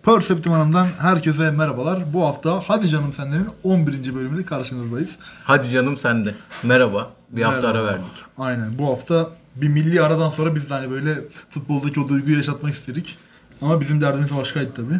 Perceptive Hanım'dan herkese merhabalar. Bu hafta Hadi Canım Senlerin 11. bölümüyle karşınızdayız. Hadi canım sen de. Merhaba. Bir hafta Merhaba. ara verdik. Aynen. Bu hafta bir milli aradan sonra biz de hani böyle futboldaki o duyguyu yaşatmak istedik. Ama bizim derdimiz başkaydı tabii.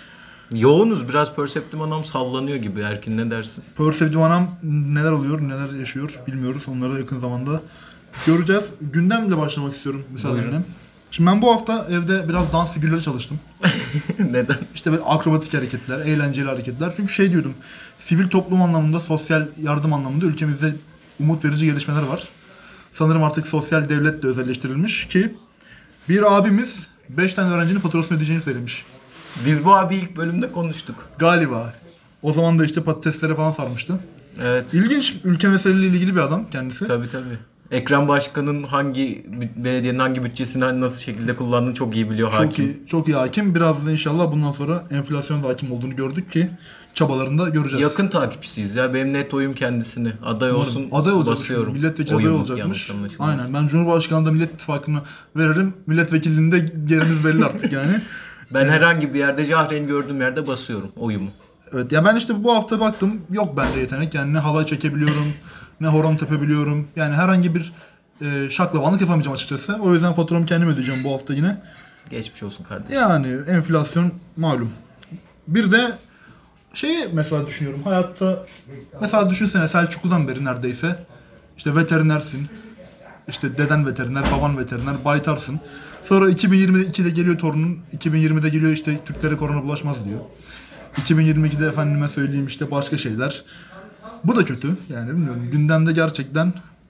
Yoğunuz biraz Perceptive Anam sallanıyor gibi. Erkin ne dersin? Perceptive Hanım neler oluyor, neler yaşıyor bilmiyoruz. Onları da yakın zamanda göreceğiz. Gündemle başlamak istiyorum müsaadenle. Buyurun. Şimdi ben bu hafta evde biraz dans figürleri çalıştım. Neden? İşte böyle akrobatik hareketler, eğlenceli hareketler. Çünkü şey diyordum, sivil toplum anlamında, sosyal yardım anlamında ülkemizde umut verici gelişmeler var. Sanırım artık sosyal devlet de özelleştirilmiş ki bir abimiz 5 tane öğrencinin faturasını ödeyeceğini söylemiş. Biz bu abi ilk bölümde konuştuk. Galiba. O zaman da işte patateslere falan sarmıştı. Evet. İlginç, ülke meseleleriyle ilgili bir adam kendisi. Tabii. Ekrem Başkan'ın belediyenin hangi bütçesini nasıl şekilde kullandığını çok iyi biliyor Çok hakim. iyi, çok iyi hakim. Biraz da inşallah bundan sonra enflasyon da hakim olduğunu gördük ki çabalarını da göreceğiz. Yakın takipçisiyiz ya. Benim net oyum kendisine. Aday olsun Aday olacakmış. basıyorum. Milletvekili aday Oyum olacakmış. yanlış anlaşılmasın. Aynen. Ben Cumhurbaşkanlığında Millet İttifakı'nı veririm. Milletvekilliğinde yerimiz belli artık yani. Ben herhangi bir yerde Cahre'nin gördüğüm yerde basıyorum oyumu. Evet ya ben işte bu hafta baktım yok bende yetenek. Yani ne halay çekebiliyorum, ne horon tepebiliyorum. Yani herhangi bir şaklabanlık yapamayacağım açıkçası. O yüzden faturamı kendim ödeyeceğim bu hafta yine. Geçmiş olsun kardeşim. Yani enflasyon malum. Bir de şeyi mesela düşünüyorum hayatta. Mesela düşünsene Selçuklu'dan beri neredeyse. İşte veterinersin. İşte deden veteriner, baban veteriner, baytarsın. Sonra 2022'de geliyor torunun, 2020'de geliyor işte Türklere korona bulaşmaz diyor. 2022'de efendime söyleyeyim işte başka şeyler. Bu da kötü yani bilmiyorum. Gündemde gerçekten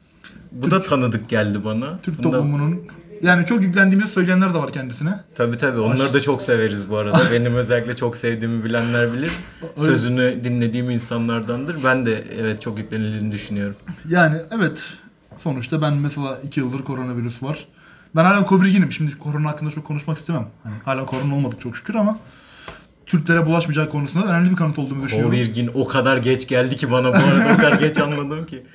Bu da tanıdık geldi bana. Türk Bunda... toplumunun yani çok yüklendiğimizi söyleyenler de var kendisine. Tabii onları da çok severiz bu arada. Benim özellikle çok sevdiğimi bilenler bilir. Sözünü dinlediğim insanlardandır. Ben de evet çok yüklenildiğini düşünüyorum. Yani evet sonuçta ben mesela 2 yıldır koronavirüs var. Ben hala Covid'im. Şimdi korona hakkında çok konuşmak istemem. Hani hala korona olmadık çok şükür ama Türklere bulaşmayacak konusunda önemli bir kanıt olduğunu düşünüyorum. Virgin o kadar geç geldi ki bana bu arada o kadar geç anladım ki.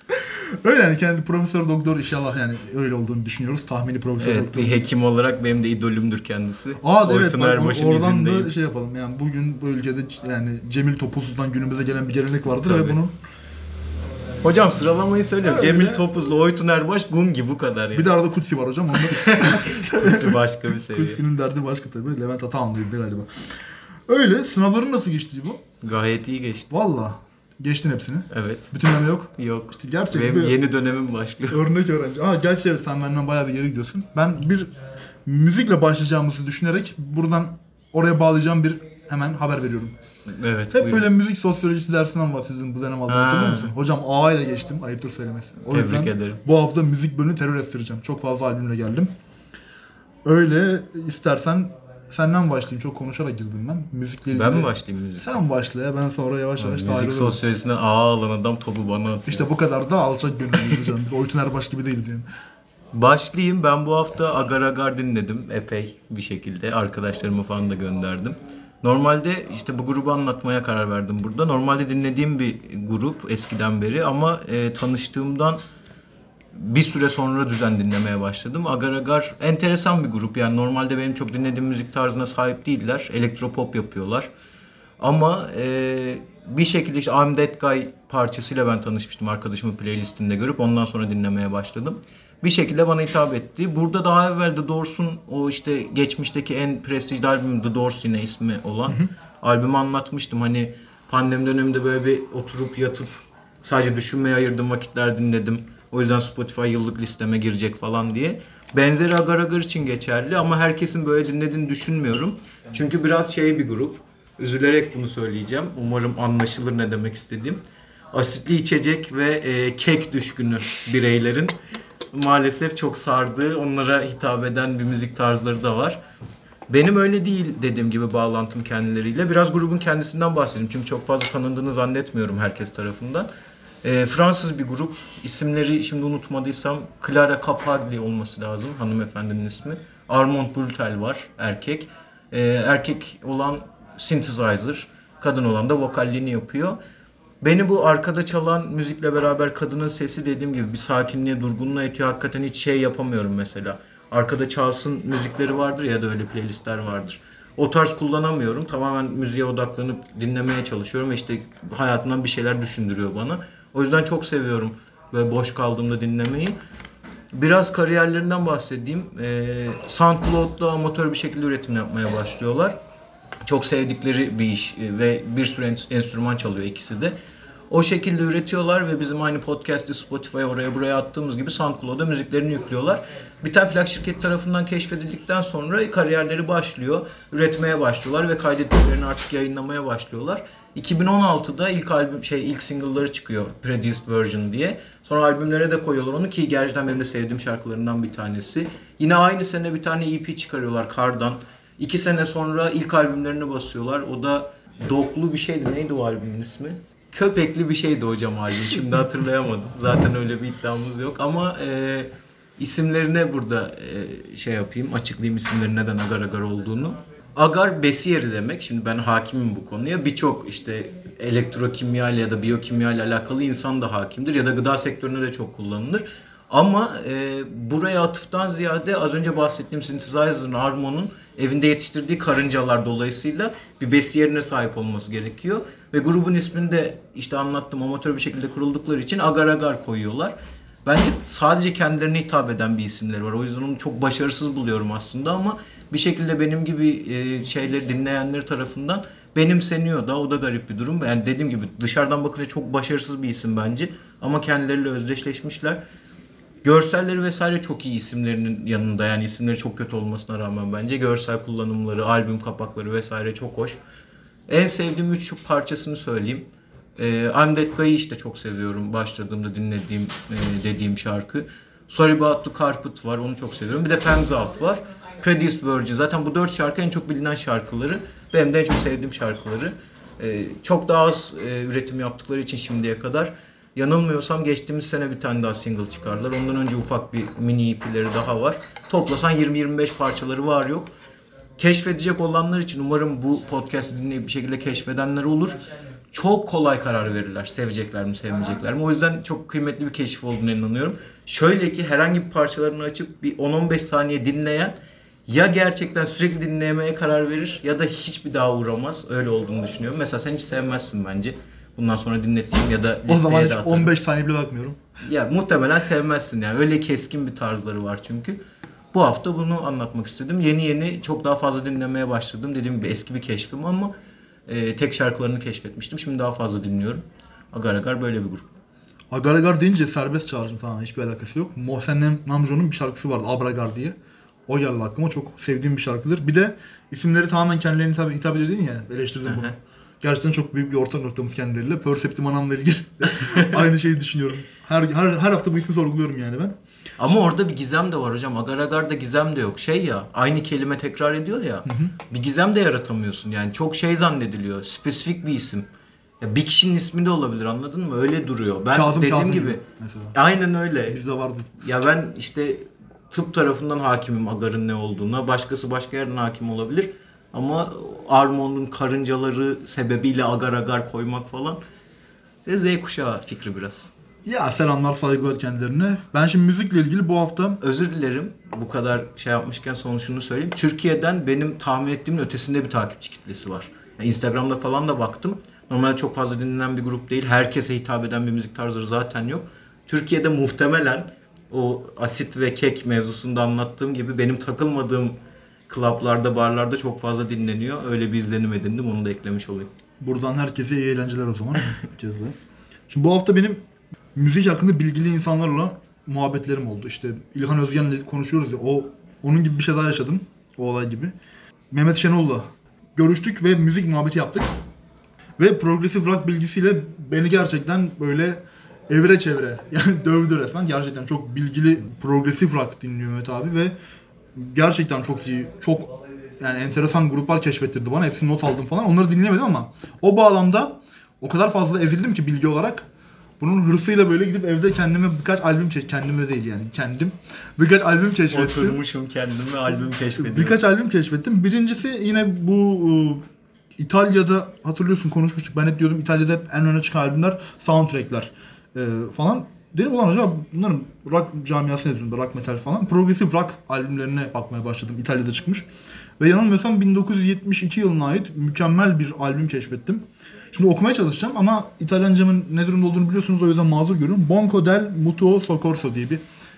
Öyle yani kendi profesör doktor inşallah yani öyle olduğunu düşünüyoruz. Tahmini profesör Evet doktor. bir hekim olarak benim de idolümdür kendisi. Evet Oytun bak, Erbaş'ın oradan izindeyim. da şey yapalım yani bugün bu ülkede yani Cemil Topuz'dan günümüze gelen bir gelenek vardır Tabii. ve bunu Hocam sıralamayı söylüyorum. Öyle. Cemil Topuz'la Oytun Erbaş Gungi bu kadar ya. bir de arada Kutsi var hocam. Hepsi başka bir seviye. Kutsi'nin derdi başka tabii. Levent Atahanlı'ydı galiba. Öyle. Sınavların nasıl geçti bu? Gayet iyi geçti. Valla. Geçtin hepsini. Evet. Bütünleme yok. Yok. İşte gerçekten Benim bir yeni dönemim başlıyor. örnek öğrenci. Gerçi evet sen benden bayağı bir geri gidiyorsun. Ben bir müzikle başlayacağımızı düşünerek buradan oraya bağlayacağım bir hemen haber veriyorum. Evet. Hep buyurun. böyle müzik sosyolojisi dersinden bahsediyordum bu dönem aldığım hatırlıyor musun? Hocam A ile geçtim. Ayıptır söylemesi. O Tebrik yüzden ederim. bu hafta müzik bölümünü terör estireceğim. Çok fazla albümle geldim. Öyle istersen senden başlayayım. Çok konuşarak girdim ben. Müzikle ilgili. Ben mi başlayayım müzik? Sen başla ya. Ben sonra yavaş yavaş dahil Müzik olurum. sosyolojisinden A alan adam topu bana atıyor. İşte bu kadar da alçak gönüllüyüz hocam. Biz Oytun Erbaş gibi değiliz yani. Başlayayım. Ben bu hafta Agar Agar dinledim epey bir şekilde. Arkadaşlarıma falan da gönderdim. Normalde işte bu grubu anlatmaya karar verdim burada. Normalde dinlediğim bir grup eskiden beri ama tanıştığımdan bir süre sonra düzen dinlemeye başladım. Agar Agar enteresan bir grup. Yani normalde benim çok dinlediğim müzik tarzına sahip değiller. Elektropop yapıyorlar. Ama bir şekilde işte I'm That Guy parçasıyla ben tanışmıştım arkadaşımın playlistinde görüp ondan sonra dinlemeye başladım. Bir şekilde bana hitap etti. Burada daha evvel The Doors'un o işte geçmişteki en prestijli albüm The Doors yine ismi olan albümü anlatmıştım. Hani pandemi döneminde böyle bir oturup yatıp sadece düşünmeye ayırdığım vakitler dinledim. O yüzden Spotify yıllık listeme girecek falan diye. Benzeri Agar Agar için geçerli ama herkesin böyle dinlediğini düşünmüyorum. Çünkü biraz şey bir grup. Üzülerek bunu söyleyeceğim. Umarım anlaşılır ne demek istediğim. Asitli içecek ve kek düşkünü bireylerin maalesef çok sardığı, onlara hitap eden bir müzik tarzları da var. Benim öyle değil dediğim gibi bağlantım kendileriyle. Biraz grubun kendisinden bahsedeyim. Çünkü çok fazla tanındığını zannetmiyorum herkes tarafından. Fransız bir grup. İsimleri şimdi unutmadıysam Clara Capagli olması lazım hanımefendinin ismi. Armand Brutal var erkek. Erkek olan synthesizer, kadın olan da vokalliğini yapıyor. Beni bu arkada çalan müzikle beraber kadının sesi dediğim gibi bir sakinliğe, durgunluğa itiyor. Hakikaten hiç şey yapamıyorum mesela. Arkada çalsın müzikleri vardır ya da öyle playlistler vardır. O tarz kullanamıyorum. Tamamen müziğe odaklanıp dinlemeye çalışıyorum ve işte hayatımdan bir şeyler düşündürüyor bana. O yüzden çok seviyorum böyle boş kaldığımda dinlemeyi. Biraz kariyerlerinden bahsedeyim. SoundCloud'da amatör bir şekilde üretim yapmaya başlıyorlar. Çok sevdikleri bir iş ve bir sürü enstrüman çalıyor ikisi de. O şekilde üretiyorlar ve bizim aynı podcast'i Spotify'a oraya buraya attığımız gibi SoundCloud'a müziklerini yüklüyorlar. Bir tane plak şirketi tarafından keşfedildikten sonra kariyerleri başlıyor. Üretmeye başlıyorlar ve kaydettiklerini artık yayınlamaya başlıyorlar. 2016'da ilk single'ları çıkıyor, Produced Version diye. Sonra albümlere de koyuyorlar onu ki gerçekten benim de sevdiğim şarkılarından bir tanesi. Yine aynı sene bir tane EP çıkarıyorlar Kardan. 2 sene sonra ilk albümlerini basıyorlar. O da Doglu bir şeydi. Neydi o albümün ismi? Köpekli bir şeydi hocam albüm. Şimdi hatırlayamadım. Zaten öyle bir iddiamız yok ama isimlerine burada açıklayayım isimlerin neden agar agar olduğunu. Agar besi yeri demek. Şimdi ben hakimim bu konuya. Birçok işte elektrokimya ile ya da biyokimya ile alakalı insan da hakimdir ya da gıda sektöründe de çok kullanılır. Ama buraya atıftan ziyade az önce bahsettiğim synthesizer'ın, Armon'un evinde yetiştirdiği karıncalar dolayısıyla bir besi yerine sahip olması gerekiyor. Ve grubun ismini de işte anlattım, amatör bir şekilde kuruldukları için Agar Agar koyuyorlar. Bence sadece kendilerine hitap eden bir isimleri var. O yüzden onu çok başarısız buluyorum aslında ama bir şekilde benim gibi şeyleri dinleyenleri tarafından benimseniyor da, o da garip bir durum. Yani dediğim gibi dışarıdan bakınca çok başarısız bir isim bence ama kendileriyle özdeşleşmişler. Görselleri vesaire çok iyi isimlerinin yanında, yani isimleri çok kötü olmasına rağmen bence görsel kullanımları, albüm kapakları vesaire çok hoş. En sevdiğim 3 parçasını söyleyeyim. I'm That Guy'ı işte çok seviyorum. Başladığımda dinlediğim dediğim şarkı. Sorry About The Carpet var, onu çok seviyorum. Bir de Fans Out var. Produced Virgin. Zaten bu 4 şarkı en çok bilinen şarkıları. Benim de en çok sevdiğim şarkıları. Çok daha az üretim yaptıkları için şimdiye kadar. Yanılmıyorsam geçtiğimiz sene bir tane daha single çıkardılar. Ondan önce ufak bir mini EP'leri daha var. Toplasan 20-25 parçaları var yok. Keşfedecek olanlar için umarım bu podcast'i dinleyip bir şekilde keşfedenler olur. Çok kolay karar verirler. Sevecekler mi, sevmeyecekler mi? O yüzden çok kıymetli bir keşif olduğuna inanıyorum. Şöyle ki herhangi bir parçalarını açıp bir 10-15 saniye dinleyen ya gerçekten sürekli dinlemeye karar verir ya da hiçbir daha uğramaz. Öyle olduğunu düşünüyorum. Mesela sen hiç sevmezsin bence. Bundan sonra dinlettiğim ya da listeye O zaman hiç de atarım. 15 saniye bile bakmıyorum. Ya muhtemelen sevmezsin yani. Öyle keskin bir tarzları var çünkü. Bu hafta bunu anlatmak istedim. Yeni çok daha fazla dinlemeye başladım. Dediğim gibi eski bir keşfim ama tek şarkılarını keşfetmiştim. Şimdi daha fazla dinliyorum. Agar Agar böyle bir grup. Agar Agar deyince serbest çağrışım, tamam, hiçbir alakası yok. Mohsen Namjoon'un bir şarkısı vardı, Abragar diye. O geldi aklıma, çok sevdiğim bir şarkıdır. Bir de isimleri tamamen kendilerine hitap ediyor değil mi ya? Eleştirdim bunu. Gerçekten çok büyük bir ortak noktamız kendileriyle. Perceptive Manam'la ilgili aynı şeyi düşünüyorum. Her hafta bu ismi sorguluyorum yani ben. Ama orada bir gizem de var hocam. Agar Agar'da gizem de yok. Aynı kelime tekrar ediyor ya. Bir gizem de yaratamıyorsun. Yani çok zannediliyor. Spesifik bir isim. Ya bir kişinin ismi de olabilir, anladın mı? Öyle duruyor. Ben Kazım dediğim gibi. mesela. Aynen öyle. Bizde vardı. Ya ben işte tıp tarafından hakimim Agar'ın ne olduğuna. Başkası başka yerden hakim olabilir. Ama Armon'un karıncaları sebebiyle Agar Agar koymak falan. Z kuşağı fikri biraz. Ya selamlar, saygılar kendilerine. Ben şimdi müzikle ilgili bu hafta... Özür dilerim. Bu kadar yapmışken son şunu söyleyeyim. Türkiye'den benim tahmin ettiğimin ötesinde bir takipçi kitlesi var. Yani Instagram'da falan da baktım. Normalde çok fazla dinlenen bir grup değil. Herkese hitap eden bir müzik tarzları zaten yok. Türkiye'de muhtemelen o asit ve kek mevzusunda anlattığım gibi benim takılmadığım klaplarda, barlarda çok fazla dinleniyor. Öyle bir izlenim edindim. Onu da eklemiş olayım. Buradan herkese iyi eğlenceler o zaman. Şimdi bu hafta benim müzik hakkında bilgili insanlarla muhabbetlerim oldu. İşte İlhan Özgen'le konuşuyoruz ya, onun gibi bir şey daha yaşadım. O olay gibi. Mehmet Şenol'la görüştük ve müzik muhabbeti yaptık. Ve progresif rock bilgisiyle beni gerçekten böyle evre çevre yani dövdü resmen. Gerçekten çok bilgili progresif rock dinliyor Mehmet abi ve gerçekten çok iyi, çok yani enteresan gruplar keşfettirdi bana. Hepsini not aldım falan. Onları dinleyemedim ama o bağlamda o kadar fazla ezildim ki bilgi olarak. Bunun hırsıyla böyle gidip evde kendime birkaç albüm kendime değil yani kendim birkaç albüm keşfettim. Oturmuşum kendime albüm keşfediyorum. Birkaç albüm keşfettim. Birincisi yine bu İtalya'da, hatırlıyorsun konuşmuştuk. Ben hep diyordum İtalya'da hep en öne çıkan albümler soundtrack'ler falan. dedim ulan acaba bunların rock camiası ne durumda, rock metal falan. Progressive rock albümlerine bakmaya başladım. İtalya'da çıkmış. Ve yanılmıyorsam 1972 yılına ait mükemmel bir albüm keşfettim. Şimdi okumaya çalışacağım ama İtalyancamın ne durumda olduğunu biliyorsunuz, o yüzden mazur görün. Banco del Mutuo Soccorso diye bir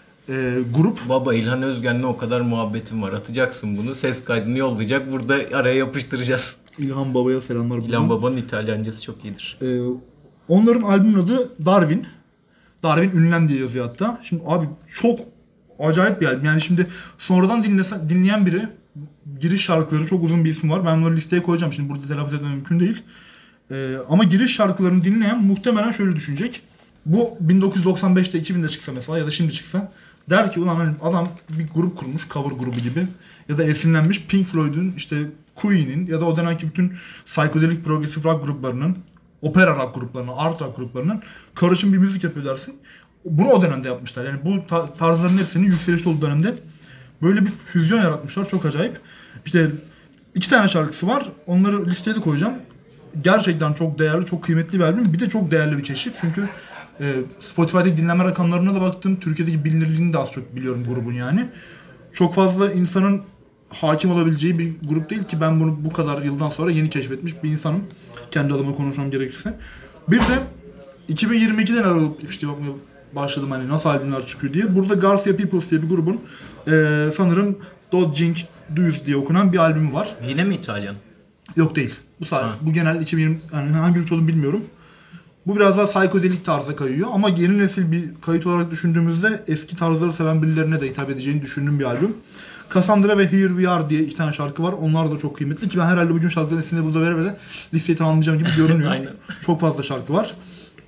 grup. Baba İlhan Özgen'le o kadar muhabbetim var. Atacaksın bunu. Ses kaydını yollayacak. Burada araya yapıştıracağız. İlhan Baba'ya selamlar. İlhan Baba'nın İtalyancası çok iyidir. Onların albümün adı Darwin. Darwin ünlem diye yazıyor hatta. Şimdi abi çok acayip bir albüm. Yani şimdi sonradan dinleyen biri, giriş şarkıları çok uzun bir ismi var. Ben bunları listeye koyacağım. Şimdi burada telaffuz etmem mümkün değil. Ama giriş şarkılarını dinleyen muhtemelen şöyle düşünecek. Bu 1995'te 2000'de çıksa mesela ya da şimdi çıksa der ki ulan hani adam bir grup kurmuş, cover grubu gibi ya da esinlenmiş Pink Floyd'un, işte Queen'in ya da o dönemki bütün psychedelic progressive rock gruplarının, opera rock gruplarının, art rock gruplarının karışım bir müzik yapıyor dersin. Bunu o dönemde yapmışlar. Yani bu tarzların hepsinin yükselişte olduğu dönemde böyle bir füzyon yaratmışlar. Çok acayip. İşte 2 tane şarkısı var. Onları listeye de koyacağım. Gerçekten çok değerli, çok kıymetli bir albüm. Bir de çok değerli bir keşif. Çünkü Spotify'daki dinleme rakamlarına da baktım. Türkiye'deki bilinirliğini de az çok biliyorum grubun yani. Çok fazla insanın hakim olabileceği bir grup değil ki, ben bunu bu kadar yıldan sonra yeni keşfetmiş bir insanım. Kendi adıma konuşmam gerekirse. Bir de 2022'den aralık işte bakmaya başladım hani nasıl albümler çıkıyor diye. Burada Garcia Peoples diye bir grubun sanırım Dodging Dues diye okunan bir albümü var. Yine mi İtalyan? Yok değil. Bu sadece. Bu genel 2020, yani hangi ülke olduğunu bilmiyorum. Bu biraz daha psikodelik tarza kayıyor ama yeni nesil bir kayıt olarak düşündüğümüzde eski tarzları seven birilerine de hitap edeceğini düşündüğüm bir albüm. Cassandra ve Here We Are diye 2 tane şarkı var. Onlar da çok kıymetli ki ben herhalde bugün şarkıların isimleri burada vere listeyi tamamlayacağım gibi görünüyor. Aynen. Çok fazla şarkı var.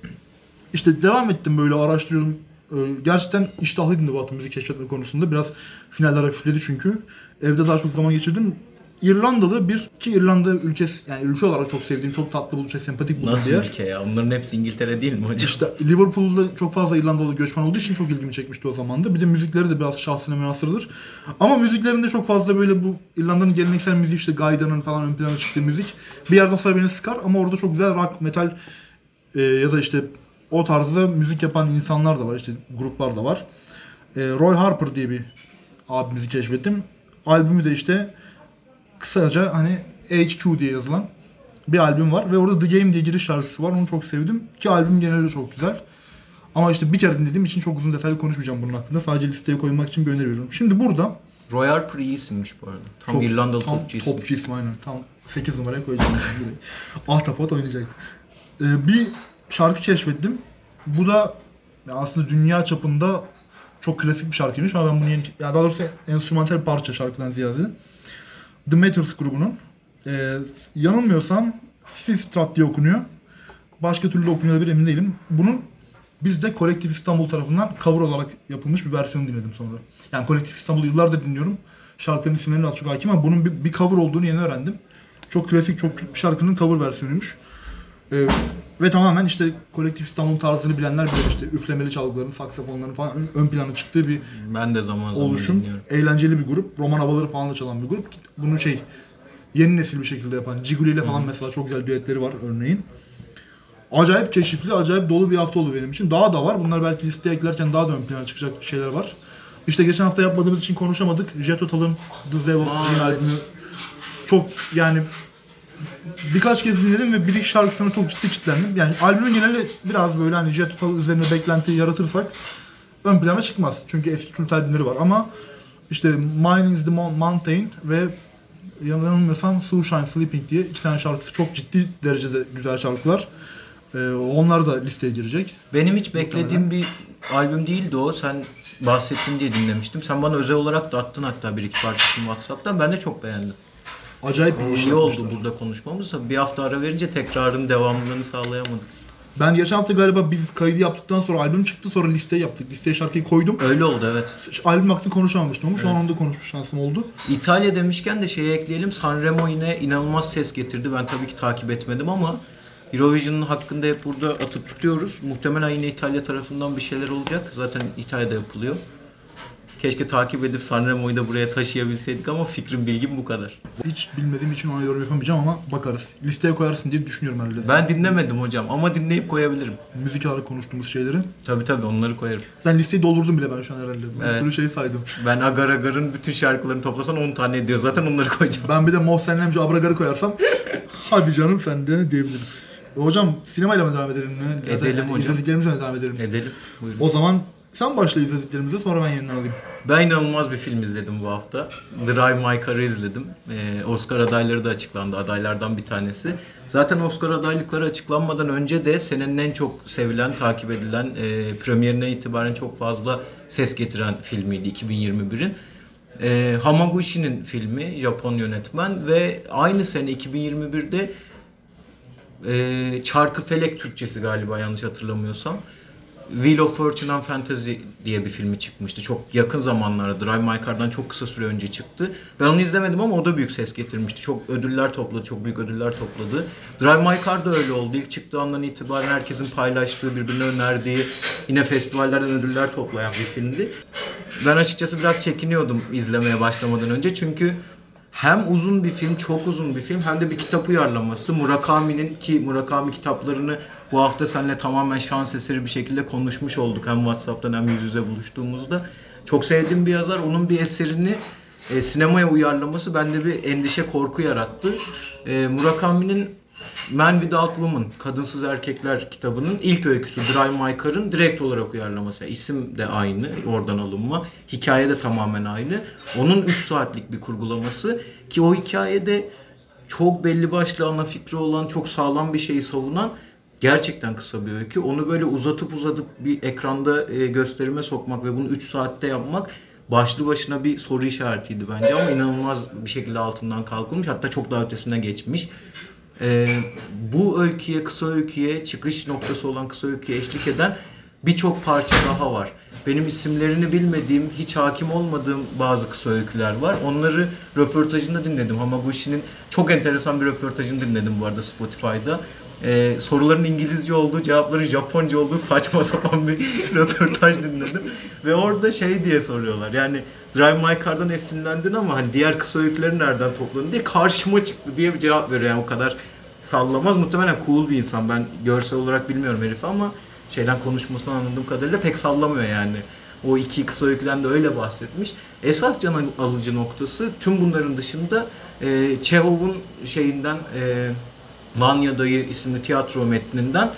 İşte devam ettim böyle araştırıyorum. Gerçekten iştahlıydım da bu müzik keşfetme konusunda. Biraz finaller hafifledi çünkü. Evde daha çok zaman geçirdim. İrlandalı ki İrlanda ülkesi, yani ülke olarak çok sevdiğim, çok tatlı buluşa, sempatik bulduğum Nasıl bir yer. ülke ya? Onların hepsi İngiltere değil mi hocam? İşte Liverpool'da çok fazla İrlandalı göçmen olduğu için çok ilgimi çekmişti o zaman da. Bir de müzikleri de biraz şahsına münhasırdır. Ama müziklerinde çok fazla böyle bu İrlanda'nın geleneksel müziği, işte Gayda'nın falan ön plana çıktığı müzik bir yerden sonra beni sıkar ama orada çok güzel rock, metal ya da işte o tarzda müzik yapan insanlar da var, işte gruplar da var. Roy Harper diye bir abimizi keşfettim. Albümü de işte kısaca hani HQ diye yazılan bir albüm var ve orada The Game diye giriş şarkısı var. Onu çok sevdim ki albüm genelde çok güzel. Ama işte bir kere dinlediğim için çok uzun detaylı konuşmayacağım bunun hakkında. Sadece listeye koymak için bir öneri veriyorum. Şimdi burada Roy Harper iyi isimmiş bu arada. Tam çok, İrlandalı tam topçu ismi. topçu ismi aynen. Tam 8 numaraya koyacağım. Ahtapot oynayacak. Bir şarkı keşfettim. Bu da aslında dünya çapında çok klasik bir şarkıymış ama ben bunu daha doğrusu enstrümantal parça şarkıdan ziyade. The Matters grubunun. Yanılmıyorsam Sistrat diye okunuyor. Başka türlü de okunuyor emin değilim. Bunun bizde Kolektif İstanbul tarafından cover olarak yapılmış bir versiyonu dinledim sonra. Yani Kolektif İstanbul'u yıllardır dinliyorum. Şarkıların isimlerine az çok hakim ama bunun bir cover olduğunu yeni öğrendim. Çok klasik, çok kült bir şarkının cover versiyonuymuş. Ve tamamen işte Kolektif İstanbul tarzını bilenler bilir, işte üflemeli çalgıların, saksafonların falan ön plana çıktığı bir Ben de zaman zaman oluşum. dinliyorum. Eğlenceli bir grup. Roman havaları falan da çalan bir grup. Bunu yeni nesil bir şekilde yapan. Ciguli ile falan mesela çok güzel düetleri var örneğin. Acayip keşifli, acayip dolu bir hafta oldu benim için. Daha da var. Bunlar belki listeye eklerken daha da ön plana çıkacak şeyler var. İşte geçen hafta yapmadığımız için konuşamadık. Jet Total'ın The Zeal of Gene albümü çok yani birkaç kez dinledim ve bir iki şarkısına çok ciddi kitlendim. Yani albümün geneli biraz böyle hani Jet Total üzerine beklenti yaratırsak ön plana çıkmaz. Çünkü eski kült albümleri var ama işte Mine is the Mountain ve yanılmıyorsam Sunshine Sleeping diye 2 tane şarkısı çok ciddi derecede güzel şarkılar. Onlar da listeye girecek. Benim hiç beklediğim bir albüm değildi o. Sen bahsettin diye dinlemiştim. Sen bana özel olarak da attın hatta bir iki parçasını WhatsApp'tan. Ben de çok beğendim. Acayip bir iş İyi oldu yapmışlar. burada konuşmamız. Bir hafta ara verince tekrarın devamlılığını sağlayamadık. Ben geçen hafta galiba biz kaydı yaptıktan sonra albüm çıktı, sonra listeye yaptık. Listeye şarkıyı koydum. Öyle oldu evet. Albüm hakkında konuşamamıştım ama şu an Evet. onu da konuşma şansım oldu. İtalya demişken de şeye ekleyelim. Sanremo yine inanılmaz ses getirdi. Ben tabii ki takip etmedim ama Eurovision'un hakkında hep burada atıp tutuyoruz. Muhtemelen yine İtalya tarafından bir şeyler olacak. Zaten İtalya'da yapılıyor. Keşke takip edip Sanremo'yu da buraya taşıyabilseydik ama fikrim, bilgim bu kadar. Hiç bilmediğim için ona yorum yapamayacağım ama bakarız. Listeye koyarsın diye düşünüyorum herhalde. Ben dinlemedim hocam ama dinleyip koyabilirim. Müzik olarak konuştuğumuz şeyleri. Tabii onları koyarım. Sen listeyi doldurdun bile ben şu an herhalde. Bir Evet. sürü şey saydım. Ben Agar Agar'ın bütün şarkılarını toplasan 10 tane ediyor. Zaten onları koyacağım. Ben bir de Mohsen Lemci Abragar'ı koyarsam hadi canım sen de diyebiliriz. Hocam sinemayla mı devam edelim mi? Ya da Edelim hocam. İzlediklerimizle mi devam edelim? Edelim. Buyurun. O zaman sen başla izlediklerimize sonra ben yeniden alayım. Ben inanılmaz bir film izledim bu hafta. Drive My Car'ı izledim. Oscar adayları da açıklandı. Adaylardan bir tanesi. Zaten Oscar adaylıkları açıklanmadan önce de senenin en çok sevilen, takip edilen, premierinden itibaren çok fazla ses getiren filmiydi 2021'in. Hamaguchi'nin filmi, Japon yönetmen ve aynı sene 2021'de Çarkıfelek Türkçesi galiba yanlış hatırlamıyorsam. Wheel of Fortune and Fantasy diye bir filmi çıkmıştı. Çok yakın zamanlarda, Drive My Car'dan çok kısa süre önce çıktı. Ben onu izlemedim ama o da büyük ses getirmişti. Çok ödüller topladı, çok büyük ödüller topladı. Drive My Car da öyle oldu. İlk çıktığı andan itibaren herkesin paylaştığı, birbirine önerdiği, yine festivallerden ödüller toplayan bir filmdi. Ben açıkçası biraz çekiniyordum izlemeye başlamadan önce çünkü hem uzun bir film, çok uzun bir film hem de bir kitap uyarlaması. Murakami kitaplarını bu hafta seninle tamamen şans eseri bir şekilde konuşmuş olduk. Hem WhatsApp'tan hem yüz yüze buluştuğumuzda. Çok sevdiğim bir yazar. Onun bir eserini sinemaya uyarlaması bende bir endişe, korku yarattı. Murakami'nin Man Without Woman, Kadınsız Erkekler kitabının ilk öyküsü Drive My Car'ın direkt olarak uyarlaması. Yani isim de aynı, oradan alınma. Hikaye de tamamen aynı. Onun 3 saatlik bir kurgulaması ki o hikayede çok belli başlı ana fikri olan, çok sağlam bir şeyi savunan gerçekten kısa bir öykü. Onu böyle uzatıp bir ekranda gösterime sokmak ve bunu 3 saatte yapmak başlı başına bir soru işaretiydi bence ama inanılmaz bir şekilde altından kalkılmış. Hatta çok daha ötesine geçmiş. Bu öyküye, kısa öyküye, çıkış noktası olan kısa öyküye eşlik eden birçok parça daha var. Benim isimlerini bilmediğim, hiç hakim olmadığım bazı kısa öyküler var. Onları röportajında dinledim. Hamaguchi'nin çok enteresan bir röportajını dinledim bu arada Spotify'da. Soruların İngilizce olduğu, cevapların Japonca olduğu saçma sapan bir röportaj dinledim. Ve orada şey diye soruyorlar. Yani Drive My Car'dan esinlendin ama hani diğer kısa öyküleri nereden topladın diye karşıma çıktı diye bir cevap veriyor. Yani o kadar sallamaz. Muhtemelen cool bir insan. Ben görsel olarak bilmiyorum herifi ama şeyden konuşmasından anladığım kadarıyla pek sallamıyor yani. O iki kısa öyküden de öyle bahsetmiş. Esas can alıcı noktası tüm bunların dışında Çehov'un Vanya Dayı isimli tiyatro metninden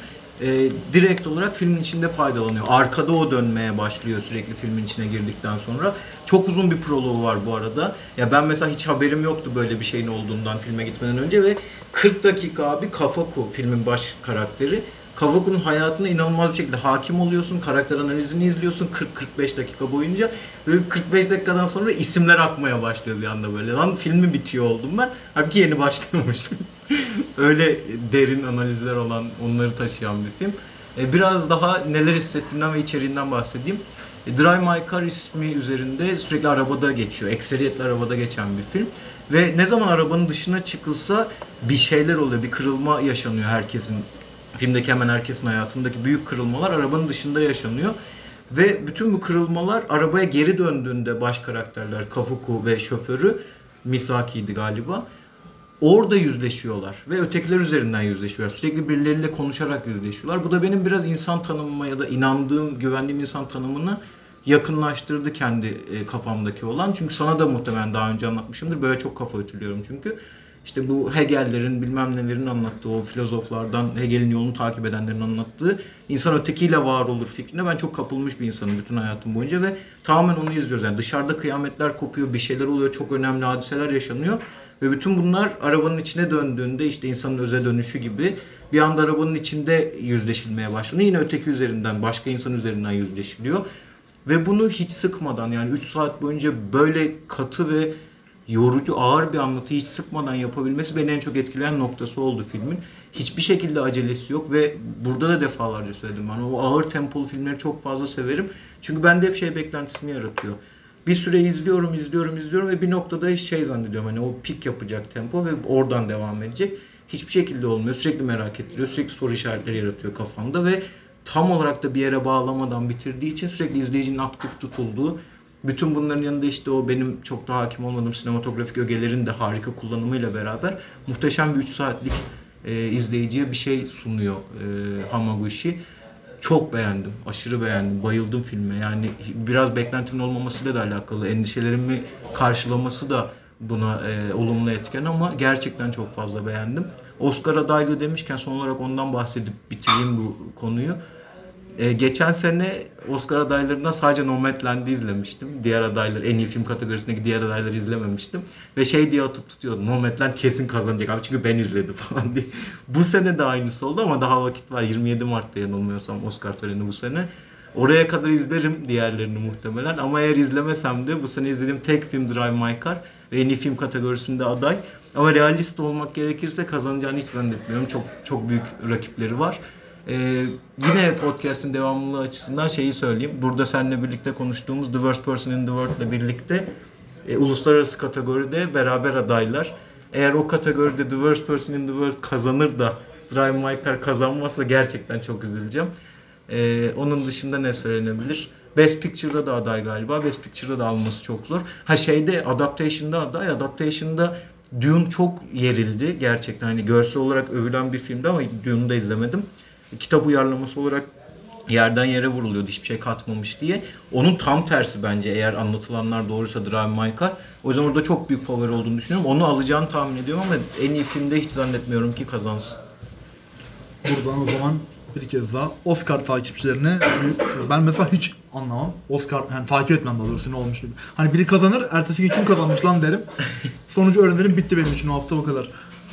direkt olarak filmin içinde faydalanıyor. Arkada o dönmeye başlıyor sürekli filmin içine girdikten sonra. Çok uzun bir proloğu var bu arada. Ya ben mesela hiç haberim yoktu böyle bir şeyin olduğundan filme gitmeden önce ve 40 dakika abi Kafaku filmin baş karakteri. Kafaku'nun hayatına inanılmaz bir şekilde hakim oluyorsun. Karakter analizini izliyorsun 40-45 dakika boyunca. Ve 45 dakikadan sonra isimler akmaya başlıyor bir anda böyle. Lan filmi bitiyor oldum ben. Halbuki yeni başlıyormuştum. Öyle derin analizler olan, onları taşıyan bir film. Biraz daha neler hissettiğimden ve içeriğinden bahsedeyim. Drive My Car ismi üzerinde sürekli arabada geçiyor. Ekseriyetle arabada geçen bir film. Ve ne zaman arabanın dışına çıkılsa bir şeyler oluyor. Bir kırılma yaşanıyor herkesin. Filmdeki hemen herkesin hayatındaki büyük kırılmalar arabanın dışında yaşanıyor. Ve bütün bu kırılmalar arabaya geri döndüğünde baş karakterler Kafuku ve şoförü Misaki'ydi galiba. Orada yüzleşiyorlar ve ötekiler üzerinden yüzleşiyorlar. Sürekli birileriyle konuşarak yüzleşiyorlar. Bu da benim biraz insan tanımıma ya da inandığım, güvendiğim insan tanımını yakınlaştırdı kendi kafamdaki olan. Çünkü sana da muhtemelen daha önce anlatmışımdır. Böyle çok kafa ötülüyorum çünkü. İşte bu Hegel'lerin bilmem nelerin anlattığı, o filozoflardan Hegel'in yolunu takip edenlerin anlattığı insan ötekiyle var olur fikrine ben çok kapılmış bir insanım bütün hayatım boyunca ve tamamen onu izliyoruz. Yani dışarıda kıyametler kopuyor, bir şeyler oluyor, çok önemli hadiseler yaşanıyor. Ve bütün bunlar arabanın içine döndüğünde işte insanın öze dönüşü gibi bir anda arabanın içinde yüzleşilmeye başlanıyor. Yine öteki üzerinden, başka insan üzerinden yüzleşiliyor. Ve bunu hiç sıkmadan yani 3 saat boyunca böyle katı ve yorucu, ağır bir anlatıyı hiç sıkmadan yapabilmesi beni en çok etkileyen noktası oldu filmin. Hiçbir şekilde acelesi yok ve burada da defalarca söyledim ben. O ağır tempolu filmleri çok fazla severim. Çünkü bende hep şey beklentisini yaratıyor. Bir süre izliyorum ve bir noktada şey zannediyorum hani o pik yapacak tempo ve oradan devam edecek. Hiçbir şekilde olmuyor. Sürekli merak ettiriyor. Sürekli soru işaretleri yaratıyor kafamda ve tam olarak da bir yere bağlamadan bitirdiği için sürekli izleyicinin aktif tutulduğu Bütün bunların yanında işte o benim çok da hakim olmadığım sinematografik ögelerin de harika kullanımıyla beraber muhteşem bir 3 saatlik izleyiciye bir şey sunuyor Hamaguchi. Çok beğendim, aşırı beğendim, bayıldım filme. Yani biraz beklentimin olmamasıyla da alakalı, endişelerimi karşılaması da buna olumlu etken ama gerçekten çok fazla beğendim. Oscar adaylığı demişken son olarak ondan bahsedip bitireyim bu konuyu. Geçen sene Oscar adaylarından sadece Nomadland'i izlemiştim. Diğer adaylar, en iyi film kategorisindeki diğer adayları izlememiştim. Ve şey diye atıp tutuyordum. Nomadland kesin kazanacak abi çünkü ben izledim falan diye. Bu sene de aynısı oldu ama daha vakit var. 27 Mart'ta yanılmıyorsam Oscar töreni bu sene. Oraya kadar izlerim diğerlerini muhtemelen. Ama eğer izlemesem de bu sene izlediğim tek film Drive My Car ve en iyi film kategorisinde aday. Ama realist olmak gerekirse kazanacağını hiç zannetmiyorum. Çok çok büyük rakipleri var. Yine podcast'in devamlılığı açısından şeyi söyleyeyim. Burada seninle birlikte konuştuğumuz The Worst Person in the World ile birlikte uluslararası kategoride beraber adaylar. Eğer o kategoride The Worst Person in the World kazanır da Drive My Car kazanmazsa gerçekten çok üzüleceğim. Onun dışında ne söylenebilir? Best Picture'da da aday galiba. Best Picture'da da alması çok zor. Adaptation'da aday. Adaptation'da Dune çok yerildi. Gerçekten hani görsel olarak övülen bir filmdi ama Dune'u da izlemedim. Kitap uyarlaması olarak yerden yere vuruluyordu hiçbir şey katmamış diye. Onun tam tersi bence eğer anlatılanlar doğruysa Drive My Car. O yüzden orada çok büyük favori olduğunu düşünüyorum. Onu alacağını tahmin ediyorum ama en iyi filmde hiç zannetmiyorum ki kazansın. Buradan o zaman bir kez daha Oscar takipçilerine ben mesela hiç anlamam. Oscar yani takip etmem daha doğrusu ne olmuş. Hani biri kazanır, ertesi gün kim kazanmış lan derim. Sonucu öğrenirim, bitti benim için o hafta o kadar.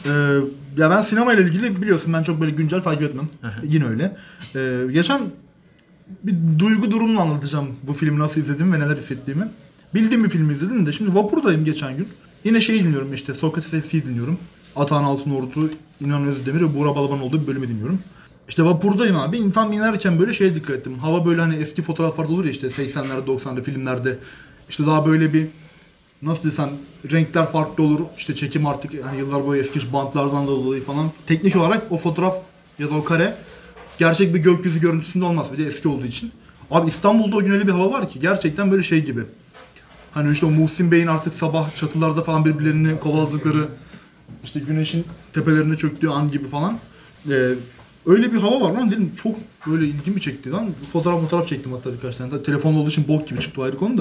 Ya ben sinema ile ilgili biliyorsun ben çok böyle güncel takip etmem. Yine öyle. Geçen bir duygu durumunu anlatacağım bu filmi nasıl izlediğimi ve neler hissettiğimi. Bildiğim bir filmi izledim de şimdi vapurdayım geçen gün. Yine şeyi dinliyorum işte Sokrates FC'yi dinliyorum. Atahan Altınordu, İnan Özdemir ve Buğra Balaban olduğu bir bölümü dinliyorum. İşte vapurdayım abi. Tam inerken böyle şeye dikkat ettim. Hava böyle hani eski fotoğraflarda olur ya işte 80'lerde 90'larda filmlerde. İşte daha böyle bir nasıl desem renkler farklı olur. İşte çekim artık yani yıllar boyu eski bantlardan da dolayı falan. Teknik olarak o fotoğraf ya da o kare gerçek bir gökyüzü görüntüsünde olmaz. Bir de eski olduğu için. Abi İstanbul'da o gün öyle bir hava var ki gerçekten böyle şey gibi. Hani işte o Muhsin Bey'in artık sabah çatılarda falan birbirlerini kovaladıkları işte güneşin tepelerine çöktüğü an gibi falan. Öyle bir hava var lan dedim çok böyle ilgimi çekti lan. Fotoğraf çektim hatta birkaç tane. Tabii telefonda olduğu için bok gibi çıktı ayrı konu da.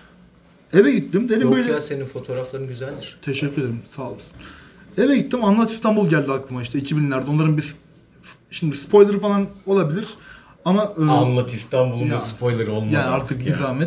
Eve gittim dedim Yok böyle. ya senin fotoğrafların güzeldir. Teşekkür ederim sağ olasın. Eve gittim Anlat İstanbul geldi aklıma işte 2000'lerde. Onların bir şimdi spoiler falan olabilir ama Anlat İstanbul'un ya, da spoiler olmaz. yani artık bir zahmet.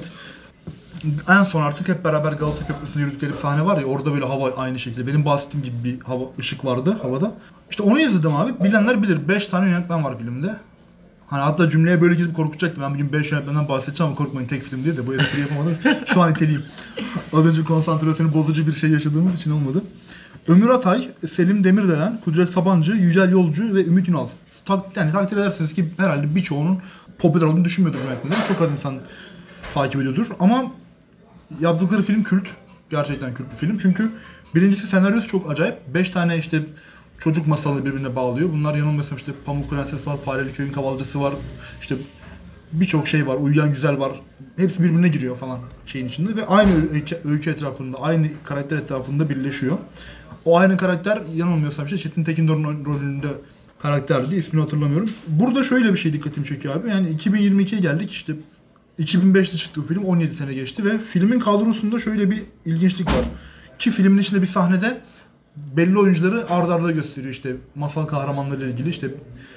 En son artık hep beraber Galata Köprüsü'nde yürüdükleri bir sahne var ya orada böyle hava aynı şekilde. Benim bahsettiğim gibi bir hava ışık vardı havada. İşte onu izledim abi. Bilenler bilir. 5 tane yönetmen var filmde. Hani hatta cümleye böyle gidip korkutacaktım. Ben bugün 5 yönetmenden bahsedeceğim ama korkmayın tek film değil de bu espriyi yapamadım. Şu an iteleyeyim. Az önce konsantrasyonu bozucu bir şey yaşadığımız için olmadı. Ömür Atay, Selim Demirdelen, Kudret Sabancı, Yücel Yolcu ve Ümit Ünal. Yani takdir ederseniz ki herhalde birçoğunun popüler olduğunu düşünmüyordur bu yönetmenlerin. Çok az insan takip ediyordur ama yaptıkları film kült. Gerçekten kült bir film. Çünkü birincisi senaryosu çok acayip. 5 tane işte çocuk masalını birbirine bağlıyor. Bunlar yanılmıyorsam işte Pamuk Prenses var, Fareli Köyün Kavalcısı var. İşte birçok şey var. Uyuyan Güzel var. Hepsi birbirine giriyor falan şeyin içinde ve aynı öykü etrafında, aynı karakter etrafında birleşiyor. O aynı karakter yanılmıyorsam işte Çetin Tekindor'un rolünde karakterdi. İsmini hatırlamıyorum. Burada şöyle bir şey dikkatimi çekiyor abi. Yani 2022'ye geldik işte 2005'te çıktı bu film. 17 sene geçti ve filmin kadrosunda şöyle bir ilginçlik var. Ki filmin içinde bir sahnede belli oyuncuları ard arda gösteriyor işte masal kahramanlarıyla ilgili işte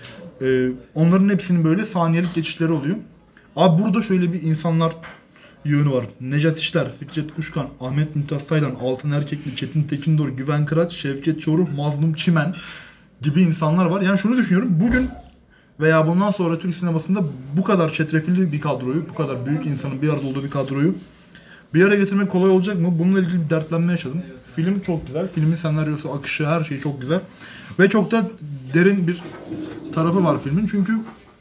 onların hepsinin böyle saniyelik geçişleri oluyor. Abi burada şöyle bir insanlar yığını var. Necat İşler, Fikret Kuşkan, Ahmet Mümtaz Taylan, Altın Erkekli, Çetin Tekindor, Güven Kıraç, Şevket Çoruh, Mazlum Çimen gibi insanlar var. Yani şunu düşünüyorum. Bugün veya bundan sonra Türk sinemasında bu kadar çetrefilli bir kadroyu, bu kadar büyük insanın bir arada olduğu bir kadroyu bir araya getirmek kolay olacak mı? Bununla ilgili bir dertlenme yaşadım. Film çok güzel. Filmin senaryosu, akışı, her şeyi çok güzel. Ve çok da derin bir tarafı var filmin. Çünkü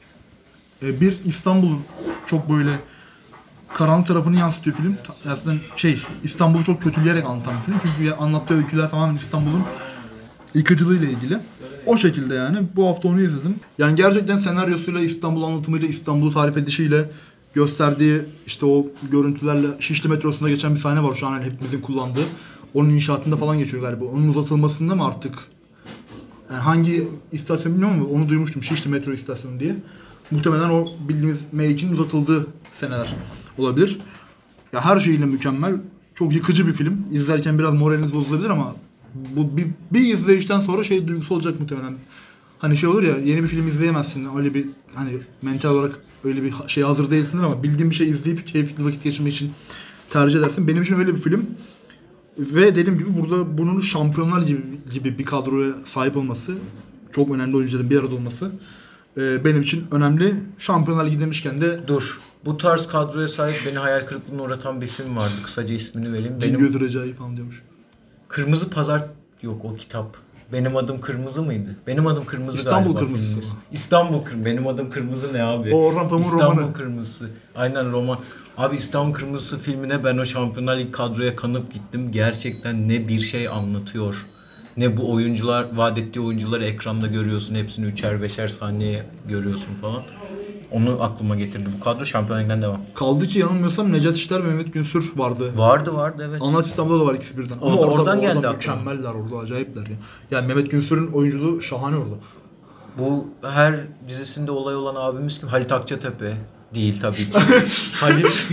bir İstanbul'un çok böyle karanlık tarafını yansıtıyor film. Aslında İstanbul'u çok kötüleyerek anlatan bir film. Çünkü anlattığı öyküler tamamen İstanbul'un yıkıcılığıyla ilgili. O şekilde yani. Bu hafta onu izledim. Yani gerçekten senaryosuyla, İstanbul anlatımıyla, İstanbul'u tarif edişiyle, gösterdiği işte o görüntülerle Şişli metrosunda geçen bir sahne var şu an hepimizin kullandığı. Onun inşaatında falan geçiyor galiba. Onun uzatılmasında mı artık? Yani hangi istasyon bilmiyorum ama onu duymuştum. Şişli metro istasyonu diye. Muhtemelen o bildiğimiz M2'nin uzatıldığı seneler olabilir. Ya her şeyiyle mükemmel. Çok yıkıcı bir film. İzlerken biraz moraliniz bozulabilir ama bu bir izleyişten sonra şey duygusu olacak muhtemelen. Hani şey olur ya, yeni bir film izleyemezsin. Öyle bir hani mental olarak öyle bir şey hazır değilsindir ama bildiğin bir şey izleyip keyifli vakit geçirmek için tercih edersin. Benim için öyle bir film. Ve dediğim gibi burada bunun şampiyonlar gibi bir kadroya sahip olması, çok önemli oyuncuların bir arada olması benim için önemli. Şampiyonlar Ligi demişken de Dur. Bu tarz kadroya sahip beni hayal kırıklığına uğratan bir film vardı. Kısaca ismini vereyim. Cin Göz Recai falan diyormuş. Kırmızı Pazar yok o kitap. Benim adım Kırmızı mıydı? Benim adım Kırmızı İstanbul galiba. Kırmızısı filmin mı? ismi. İstanbul Kırmızı. Benim adım Kırmızı ne abi? O Orhan Pamuk'un İstanbul romanı. Kırmızısı. Aynen roman. Abi İstanbul Kırmızısı filmine ben o Şampiyonlar Ligi kadroya kanıp gittim. Gerçekten ne bir şey anlatıyor. Ne bu oyuncular, vaat ettiği oyuncuları ekranda görüyorsun. Hepsini 3'er 5'er saniye görüyorsun falan. Onu aklıma getirdi bu kadro. Şampiyonlar Ligi'nden devam. Kaldı ki yanılmıyorsam Necat İşler ve Mehmet Günsür vardı. Vardı evet. Anlat İstanbul'da da var ikisi birden. O da oradan geldi aklıma. Mükemmeller orada, acayipler ya. Yani Mehmet Günsür'ün oyunculuğu şahane orada. Bu her dizisinde olay olan abimiz kim? Halit Akçatepe. Değil tabii ki. Halit...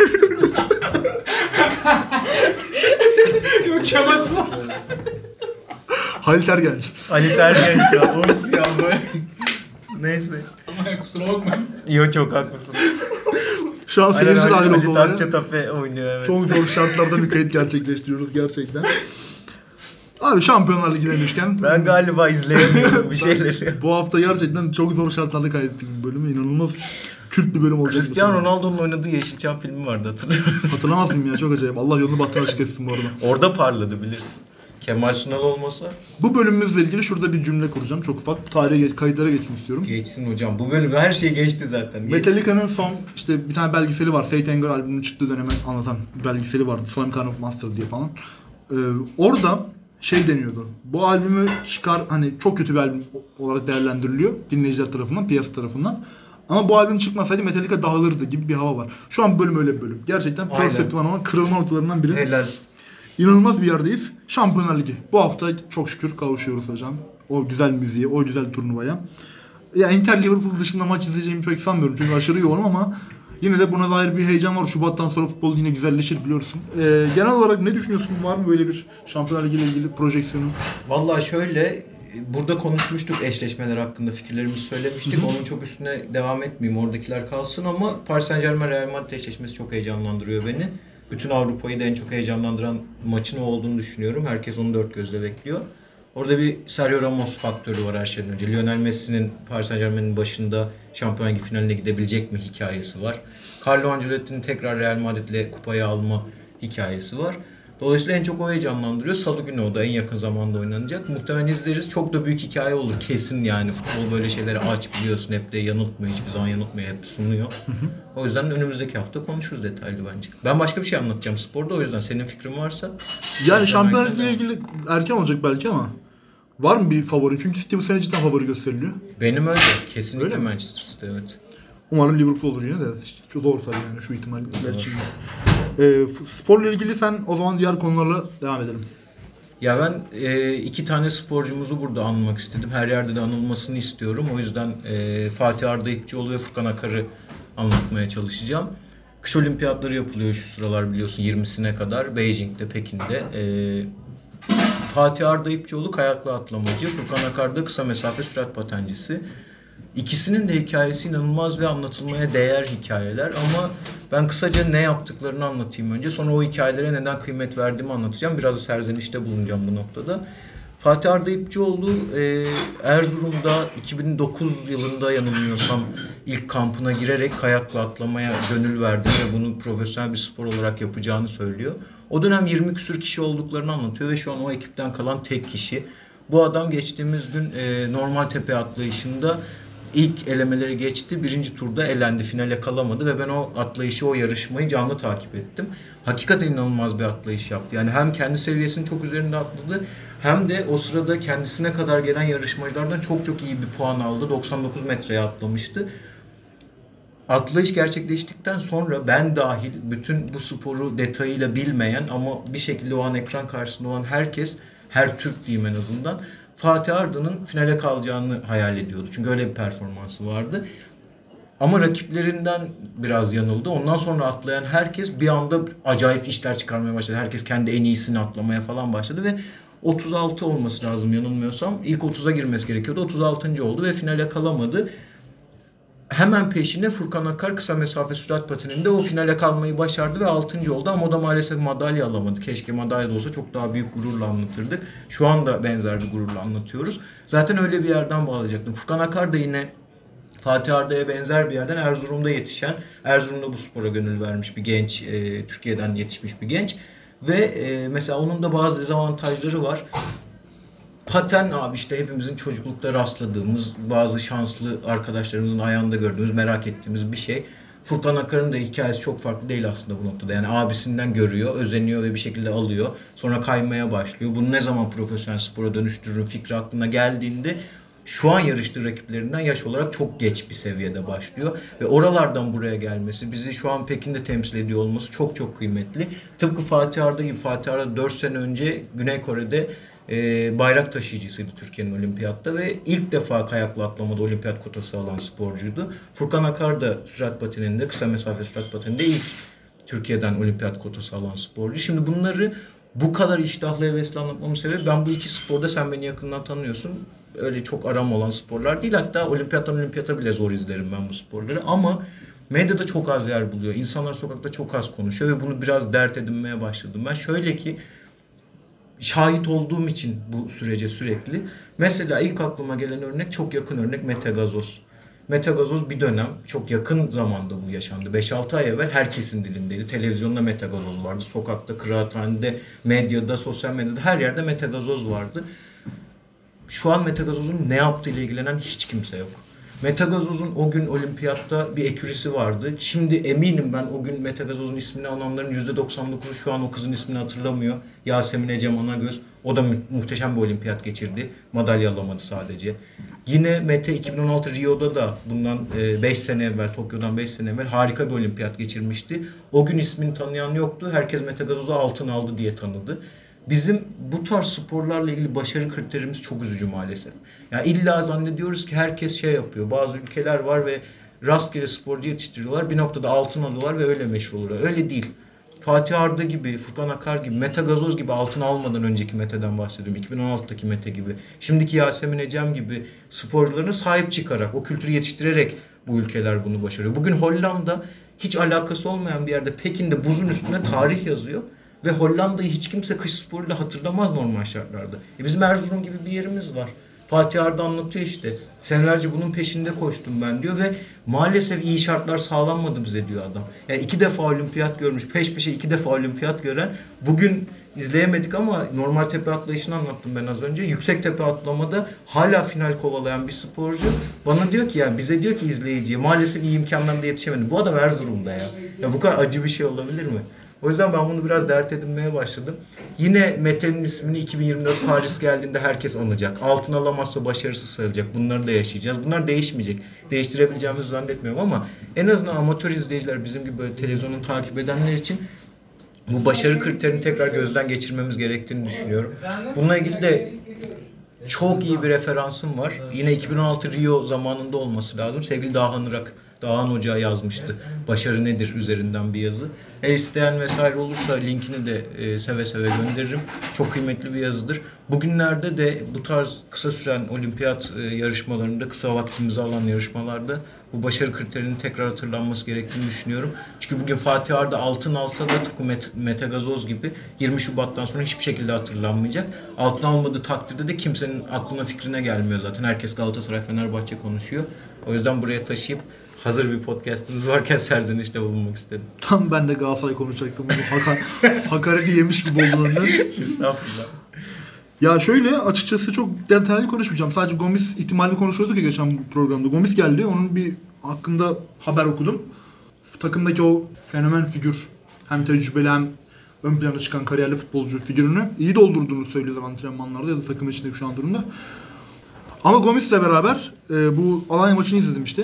Kemal Sunal. Halit Ergenç. Halit Ergenç ya. Of ya böyle. Neyse. Ama kusura bakmayın. Yo çok haklısın. Şu an seyirci dahil oldu Halit olaya. Akçatepe oynuyor evet. Çok zor şartlarda bir kayıt gerçekleştiriyoruz gerçekten. Abi Şampiyonlar Ligi demişken Ben galiba izleyemiyorum bir şeyleri. bu hafta gerçekten çok zor şartlarda kaydettik bu bölümü. İnanılmaz kült bir bölüm olacak. Cristiano Ronaldo'nun oynadığı Yeşilçam filmi vardı hatırlıyorum. Hatırlamaz mıyım ya, çok acayip. Allah yolunu bahtını açık etsin bu arada. Orada parladı bilirsin. Kemal Sunal olmasa Bu bölümümüzle ilgili şurada bir cümle kuracağım. Çok ufak. Tarihe kayıtlara geçsin istiyorum. geçsin hocam. Bu bölüm her şey geçti zaten. Metallica'nın son işte bir tane belgeseli var. Saint Anger albümünün çıktığı dönemi anlatan bir belgeseli vardı. Some Kind of Monster diye falan. Orada şey deniyordu. Bu albümü çıkar, hani çok kötü bir albüm olarak değerlendiriliyor dinleyiciler tarafından, piyasa tarafından. Ama bu albüm çıkmasaydı Metallica dağılırdı gibi bir hava var. Şu an bölüm öyle bir bölüm. Gerçekten Aynen. Pearl Septima'nın kırılma noktalarından biri. Helal. İnanılmaz bir yerdeyiz. Şampiyonlar Ligi. Bu hafta çok şükür kavuşuyoruz hocam. O güzel müziğe, o güzel turnuvaya. Ya Inter Liverpool dışında maç izleyeceğimi pek sanmıyorum çünkü aşırı yoğunum ama yine de buna dair bir heyecan var. Şubat'tan sonra futbol yine güzelleşir biliyorsun. Genel olarak ne düşünüyorsun? Var mı böyle bir Şampiyonlar Ligi ile ilgili projeksiyonun? Vallahi şöyle, burada konuşmuştuk eşleşmeler hakkında, fikirlerimizi söylemiştik. Onun çok üstüne devam etmeyeyim, oradakiler kalsın ama Paris Saint-Germain Real Madrid eşleşmesi çok heyecanlandırıyor beni. Bütün Avrupa'yı da en çok heyecanlandıran maçın o olduğunu düşünüyorum. Herkes onu dört gözle bekliyor. Orada bir Sergio Ramos faktörü var her şeyden önce. Lionel Messi'nin Paris Saint-Germain'in başında Şampiyonlar Ligi finaline gidebilecek mi hikayesi var. Carlo Ancelotti'nin tekrar Real Madrid'le kupayı alma hikayesi var. Dolayısıyla en çok o heyecanlandırıyor. Salı günü o da en yakın zamanda oynanacak. Muhtemelen izleriz. Çok da büyük hikaye olur. Kesin yani. Futbol böyle şeyleri aç biliyorsun. Hep de yanıltmıyor. Hiçbir zaman yanıltmıyor. Hep sunuyor. O yüzden önümüzdeki hafta konuşuruz detaylı bence. Ben başka bir şey anlatacağım sporda. O yüzden senin fikrin varsa. Yani Şampiyonlar Ligi ile ilgili erken olacak belki ama var mı bir favori? Çünkü City bu sene cidden favori gösteriliyor. Benim öyle. Kesinlikle Öyle mi? Manchester City evet. Umarım Liverpool olur yine de. Çok zor tabii yani şu ihtimal gerçi. Sporla ilgili sen o zaman diğer konularla devam edelim. Ya ben iki tane sporcumuzu burada anmak istedim. Her yerde de anılmasını istiyorum. O yüzden Fatih Arda İpçioğlu ve Furkan Akar'ı anlatmaya çalışacağım. Kış olimpiyatları yapılıyor şu sıralar biliyorsun 20'sine kadar. Beijing'de, Pekin'de. Fatih Arda İpçioğlu kayaklı atlamacı. Furkan Akar da kısa mesafe sürat patencisi. İkisinin de hikayesi inanılmaz ve anlatılmaya değer hikayeler ama ben kısaca ne yaptıklarını anlatayım önce. Sonra o hikayelere neden kıymet verdiğimi anlatacağım. Biraz da serzenişte bulunacağım bu noktada. Fatih Arda İpçioğlu Erzurum'da 2009 yılında yanılmıyorsam ilk kampına girerek kayakla atlamaya gönül verdi ve bunu profesyonel bir spor olarak yapacağını söylüyor. O dönem 20 küsür kişi olduklarını anlatıyor ve şu an o ekipten kalan tek kişi. Bu adam geçtiğimiz gün normal tepe atlayışında İlk elemeleri geçti. Birinci turda elendi. Finale kalamadı ve ben o atlayışı, o yarışmayı canlı takip ettim. Hakikaten inanılmaz bir atlayış yaptı. Yani hem kendi seviyesinin çok üzerinde atladı hem de o sırada kendisine kadar gelen yarışmacılardan çok çok iyi bir puan aldı. 99 metreye atlamıştı. atlayış gerçekleştikten sonra ben dahil bütün bu sporu detayıyla bilmeyen ama bir şekilde o an ekran karşısında olan herkes, her Türk diyeyim en azından, Fatih Arda'nın finale kalacağını hayal ediyordu. Çünkü öyle bir performansı vardı. Ama rakiplerinden biraz yanıldı. Ondan sonra atlayan herkes bir anda acayip işler çıkarmaya başladı. Herkes kendi en iyisini atlamaya falan başladı ve 36 olması lazım yanılmıyorsam. İlk 30'a girmesi gerekiyordu. 36. oldu ve finale kalamadı. Hemen peşine Furkan Akar kısa mesafe sürat patininde o finale kalmayı başardı ve 6. oldu ama o da maalesef madalya alamadı. Keşke madalya da olsa çok daha büyük gururla anlatırdık. Şu anda benzer bir gururla anlatıyoruz. Zaten öyle bir yerden bağlayacaktım. Furkan Akar da yine Fatih Arda'ya benzer bir yerden Erzurum'da yetişen, Erzurum'da bu spora gönül vermiş bir genç, Türkiye'den yetişmiş bir genç. Ve mesela onun da bazı dezavantajları var. Paten abi işte hepimizin çocuklukta rastladığımız, bazı şanslı arkadaşlarımızın ayağında gördüğümüz, merak ettiğimiz bir şey. Furkan Akar'ın da hikayesi çok farklı değil aslında bu noktada. Yani abisinden görüyor, özeniyor ve bir şekilde alıyor. Sonra kaymaya başlıyor. Bunu ne zaman profesyonel spora dönüştürürüm fikri aklına geldiğinde şu an yarıştığı rakiplerinden yaş olarak çok geç bir seviyede başlıyor. Ve oralardan buraya gelmesi, bizi şu an Pekin'de temsil ediyor olması çok çok kıymetli. Tıpkı Fatih Arda gibi. Fatih Arda 4 sene önce Güney Kore'de bayrak taşıyıcısıydı Türkiye'nin olimpiyatta ve ilk defa kayakla atlamada olimpiyat kotası alan sporcuydu. Furkan Akar da sürat patininde, kısa mesafe sürat patininde ilk Türkiye'den olimpiyat kotası alan sporcu. Şimdi bunları bu kadar iştahlı hevesle anlatmamın sebebi, ben bu iki sporda, sen beni yakından tanıyorsun, öyle çok aram olan sporlar değil. Hatta olimpiyattan olimpiyata bile zor izlerim ben bu sporları ama medyada çok az yer buluyor. İnsanlar sokakta çok az konuşuyor ve bunu biraz dert edinmeye başladım. Ben şöyle ki, şahit olduğum için bu sürece sürekli. Mesela ilk aklıma gelen örnek, çok yakın örnek, Mete Gazoz. Mete Gazoz bir dönem, çok yakın zamanda bu yaşandı. 5-6 ay evvel herkesin dilindeydi. Televizyonda Mete Gazoz vardı. Sokakta, kıraathanede, medyada, sosyal medyada, her yerde Mete Gazoz vardı. Şu an Mete Gazoz'un ne yaptığıyla ilgilenen hiç kimse yok. Mete Gazoz'un o gün olimpiyatta bir ekürisi vardı. Şimdi eminim ben o gün Mete Gazoz'un ismini alanların %99'u şu an o kızın ismini hatırlamıyor. Yasemin Ecem Anagöz. O da muhteşem bir olimpiyat geçirdi. Madalya alamadı sadece. Yine Mete 2016 Rio'da da bundan 5 sene evvel, Tokyo'dan 5 sene evvel harika bir olimpiyat geçirmişti. O gün ismini tanıyan yoktu. Herkes Mete Gazoz'u altın aldı diye tanıdı. Bizim bu tarz sporlarla ilgili başarı kriterimiz çok üzücü maalesef. Yani illa zannediyoruz ki herkes şey yapıyor. Bazı ülkeler var ve rastgele sporcu yetiştiriyorlar. Bir noktada altın alıyorlar ve öyle meşhur oluyorlar. Öyle değil. Fatih Arda gibi, Furkan Akar gibi, Mete Gazoz gibi, altın almadan önceki Mete'den bahsediyorum. 2016'daki Mete gibi. Şimdiki Yasemin Ecem gibi sporcularına sahip çıkarak, o kültürü yetiştirerek bu ülkeler bunu başarıyor. Bugün Hollanda hiç alakası olmayan bir yerde, Pekin'de buzun üstünde tarih yazıyor. Ve Hollanda'yı hiç kimse kış sporuyla hatırlamaz normal şartlarda. Bizim Erzurum gibi bir yerimiz var. Fatih Arda anlatıyor işte. Senelerce bunun peşinde koştum ben diyor ve maalesef iyi şartlar sağlanmadı bize diyor adam. Yani 2 defa olimpiyat görmüş, peş peşe 2 defa olimpiyat gören, bugün izleyemedik ama normal tepe atlayışını anlattım ben az önce. Yüksek tepe atlamada hala final kovalayan bir sporcu bana diyor ki, yani bize diyor ki, izleyiciye, maalesef iyi imkanlarla yetişemedim. Bu adam Erzurum'da ya. Ya bu kadar acı bir şey olabilir mi? O yüzden ben bunu biraz dert edinmeye başladım. Yine Mete'nin ismini 2024 Paris geldiğinde herkes anacak. Altın alamazsa başarısız sayılacak. Bunları da yaşayacağız. Bunlar değişmeyecek. Değiştirebileceğimizi zannetmiyorum ama en azından amatör izleyiciler, bizim gibi böyle televizyonu takip edenler için bu başarı kriterini tekrar gözden geçirmemiz gerektiğini düşünüyorum. Bununla ilgili de çok iyi bir referansım var. Yine 2016 Rio zamanında olması lazım. Sevgili Dağhan Irak, Dağhan Hoca yazmıştı. Başarı nedir üzerinden bir yazı. Eğer isteyen vesaire olursa linkini de seve seve gönderirim. Çok kıymetli bir yazıdır. Bugünlerde de bu tarz kısa süren olimpiyat yarışmalarında, kısa vaktimizi alan yarışmalarda bu başarı kriterinin tekrar hatırlanması gerektiğini düşünüyorum. Çünkü bugün Fatih Arda altın alsa da tıpkı Mete Gazoz gibi 20 Şubat'tan sonra hiçbir şekilde hatırlanmayacak. Altın almadığı takdirde de kimsenin aklına fikrine gelmiyor zaten. Herkes Galatasaray, Fenerbahçe konuşuyor. O yüzden buraya taşıyıp hazır bir podcast'ımız varken serzenişte bulunmak istedim. Tam ben de Galatasaray konuşacaktım. Hakareti yemiş gibi oldu önden. Estağfurullah. Ya şöyle, açıkçası çok detaylı konuşmayacağım. Sadece Gomis ihtimali konuşuyorduk ya geçen programda. Gomis geldi. Onun bir hakkında haber okudum. Takımdaki o fenomen figür, hem tecrübeli hem ön plana çıkan kariyerli futbolcu figürünü iyi doldurduğunu söylüyorlar antrenmanlarda ya da takım içindeki şu an durumda. Ama Gomis'le beraber bu Alanya maçını izledim işte.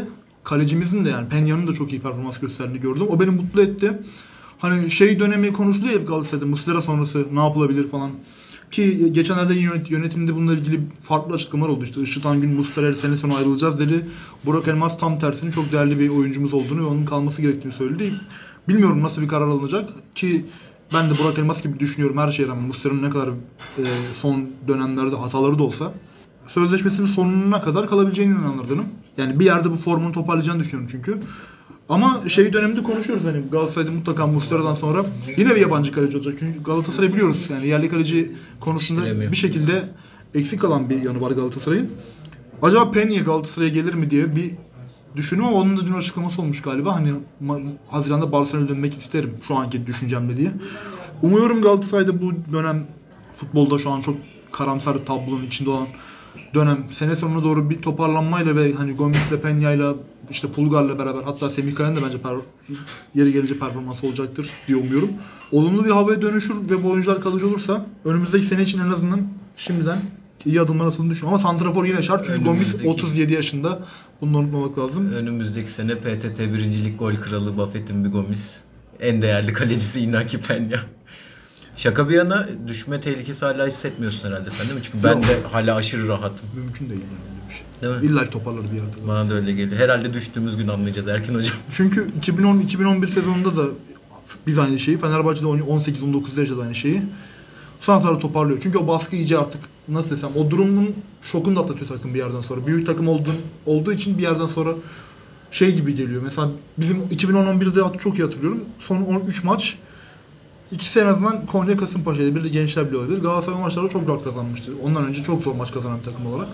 kalecimizin de yani Peña'nın da çok iyi performans gösterdiğini gördüm. O beni mutlu etti. Hani şey dönemi konuşuluyor ya Galatasaray'da, Muslera sonrası ne yapılabilir falan. Ki geçenlerde yönetimde bununla ilgili farklı açıklamalar oldu. İşte Işıt Angün, Muslera sene sonu ayrılacağız dedi. Burak Elmas tam tersini çok değerli bir oyuncumuz olduğunu ve onun kalması gerektiğini söyledi. Bilmiyorum nasıl bir karar alınacak ki ben de Burak Elmas gibi düşünüyorum her şeye rağmen. Muslera'nın ne kadar son dönemlerde hataları da olsa sözleşmesinin sonuna kadar kalabileceğine inanırdım. Yani bir yerde bu formunu toparlayacağını düşünüyorum çünkü. Ama şey döneminde konuşuyoruz hani Galatasaray'da mutlaka Muslera'dan sonra yine bir yabancı kaleci olacak. Çünkü Galatasaray biliyoruz yani yerli kaleci konusunda İstiremiyor. bir şekilde eksik kalan bir yanı var Galatasaray'ın. Acaba Peña Galatasaray'a gelir mi diye bir düşünüyorum ama onun da dün açıklaması olmuş galiba. Hani Haziran'da Barcelona'ya dönmek isterim şu anki düşüncemle diye. Umuyorum Galatasaray'da bu dönem futbolda şu an çok karamsar tablonun içinde olan dönem sene sonuna doğru bir toparlanmayla ve hani Gomis'le Peña'yla işte Pulgar'la beraber hatta Semih Kaya'nın da bence yeri gelince performansı olacaktır diye umuyorum. Olumlu bir havaya dönüşür ve bu oyuncular kalıcı olursa önümüzdeki sene için en azından şimdiden iyi adımlar atıldığını düşünüyorum. Ama santrafor yine şart çünkü Gomis 37 yaşında. Bunu unutmamak lazım. Önümüzdeki sene PTT 1. Lig gol kralı Buffett'in bir Gomis. En değerli kalecisi Inaki Peña. Şaka bir yana düşme tehlikesi hala hissetmiyorsun herhalde sen değil mi? Çünkü ben Yok. de hala aşırı rahatım. Mümkün değil yani öyle bir şey. Değil mi? İlla ki toparlar bir yerde. Bana da öyle geliyor. Herhalde düştüğümüz gün anlayacağız Erkin Hocam. Çünkü 2010-2011 sezonunda da biz aynı şeyi, Fenerbahçe'de 18-19'da yaşadı aynı şeyi. Son haftalarda toparlıyor. Çünkü o baskı iyice artık nasıl desem o durumun şokunu da atlatıyor takım bir yerden sonra. Büyük takım olduğu için bir yerden sonra şey gibi geliyor. Mesela bizim 2010-11'de çok iyi hatırlıyorum. Son 13 maç İkisi en azından Konya Kasımpaşa'ydı. Bir de Gençler bile olabilir. Galatasaray maçlarda çok rahat kazanmıştı. Ondan önce çok zor maç kazanan bir takım olarak.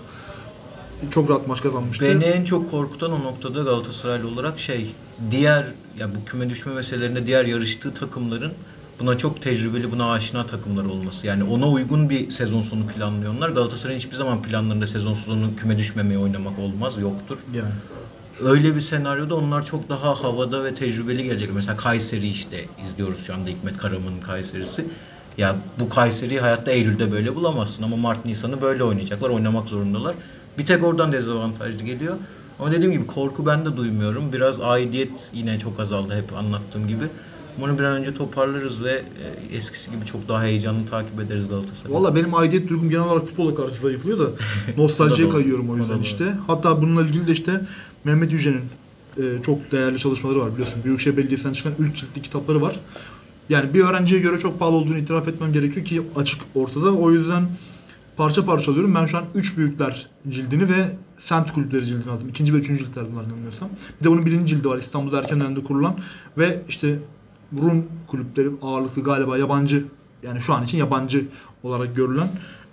Çok rahat maç kazanmıştı. Beni en çok korkutan o noktada Galatasaraylı olarak diğer ya bu küme düşme meselelerinde diğer yarıştığı takımların buna çok tecrübeli, buna aşina takımlar olması. Yani ona uygun bir sezon sonu planlıyorlar. Galatasaray'ın hiçbir zaman planlarında sezon sonu küme düşmemeye oynamak olmaz, yoktur. Yani. Öyle bir senaryoda onlar çok daha havada ve tecrübeli gelecek. Mesela Kayseri işte izliyoruz şu anda Hikmet Karaman'ın Kayseri'si. Ya bu Kayseri'yi hayatta Eylül'de böyle bulamazsın ama Mart Nisan'ı böyle oynayacaklar. Oynamak zorundalar. Bir tek oradan dezavantajlı geliyor. Ama dediğim gibi korku ben de duymuyorum. Biraz aidiyet yine çok azaldı hep anlattığım gibi. Bunu bir an önce toparlarız ve eskisi gibi çok daha heyecanlı takip ederiz Galatasaray'ı. Valla benim aidiyet duygum genel olarak futbola karşı zayıflıyor da nostaljiye kayıyorum o yüzden işte. Hatta bununla ilgili de işte Mehmet Yücel'in çok değerli çalışmaları var biliyorsun. Büyükşehir Belediyesi'nden çıkan 3 ciltli kitapları var. Yani bir öğrenciye göre çok pahalı olduğunu itiraf etmem gerekiyor ki açık ortada. O yüzden parça parça alıyorum. Ben şu an 3 büyükler cildini ve semt kulüpleri cildini aldım. 2. ve 3. ciltler bunlar anlamıyorsam. Bir de bunun 1. cildi var İstanbul'da erken dönemde kurulan ve işte Rum kulüpleri ağırlıklı galiba yabancı yani şu an için yabancı olarak görülen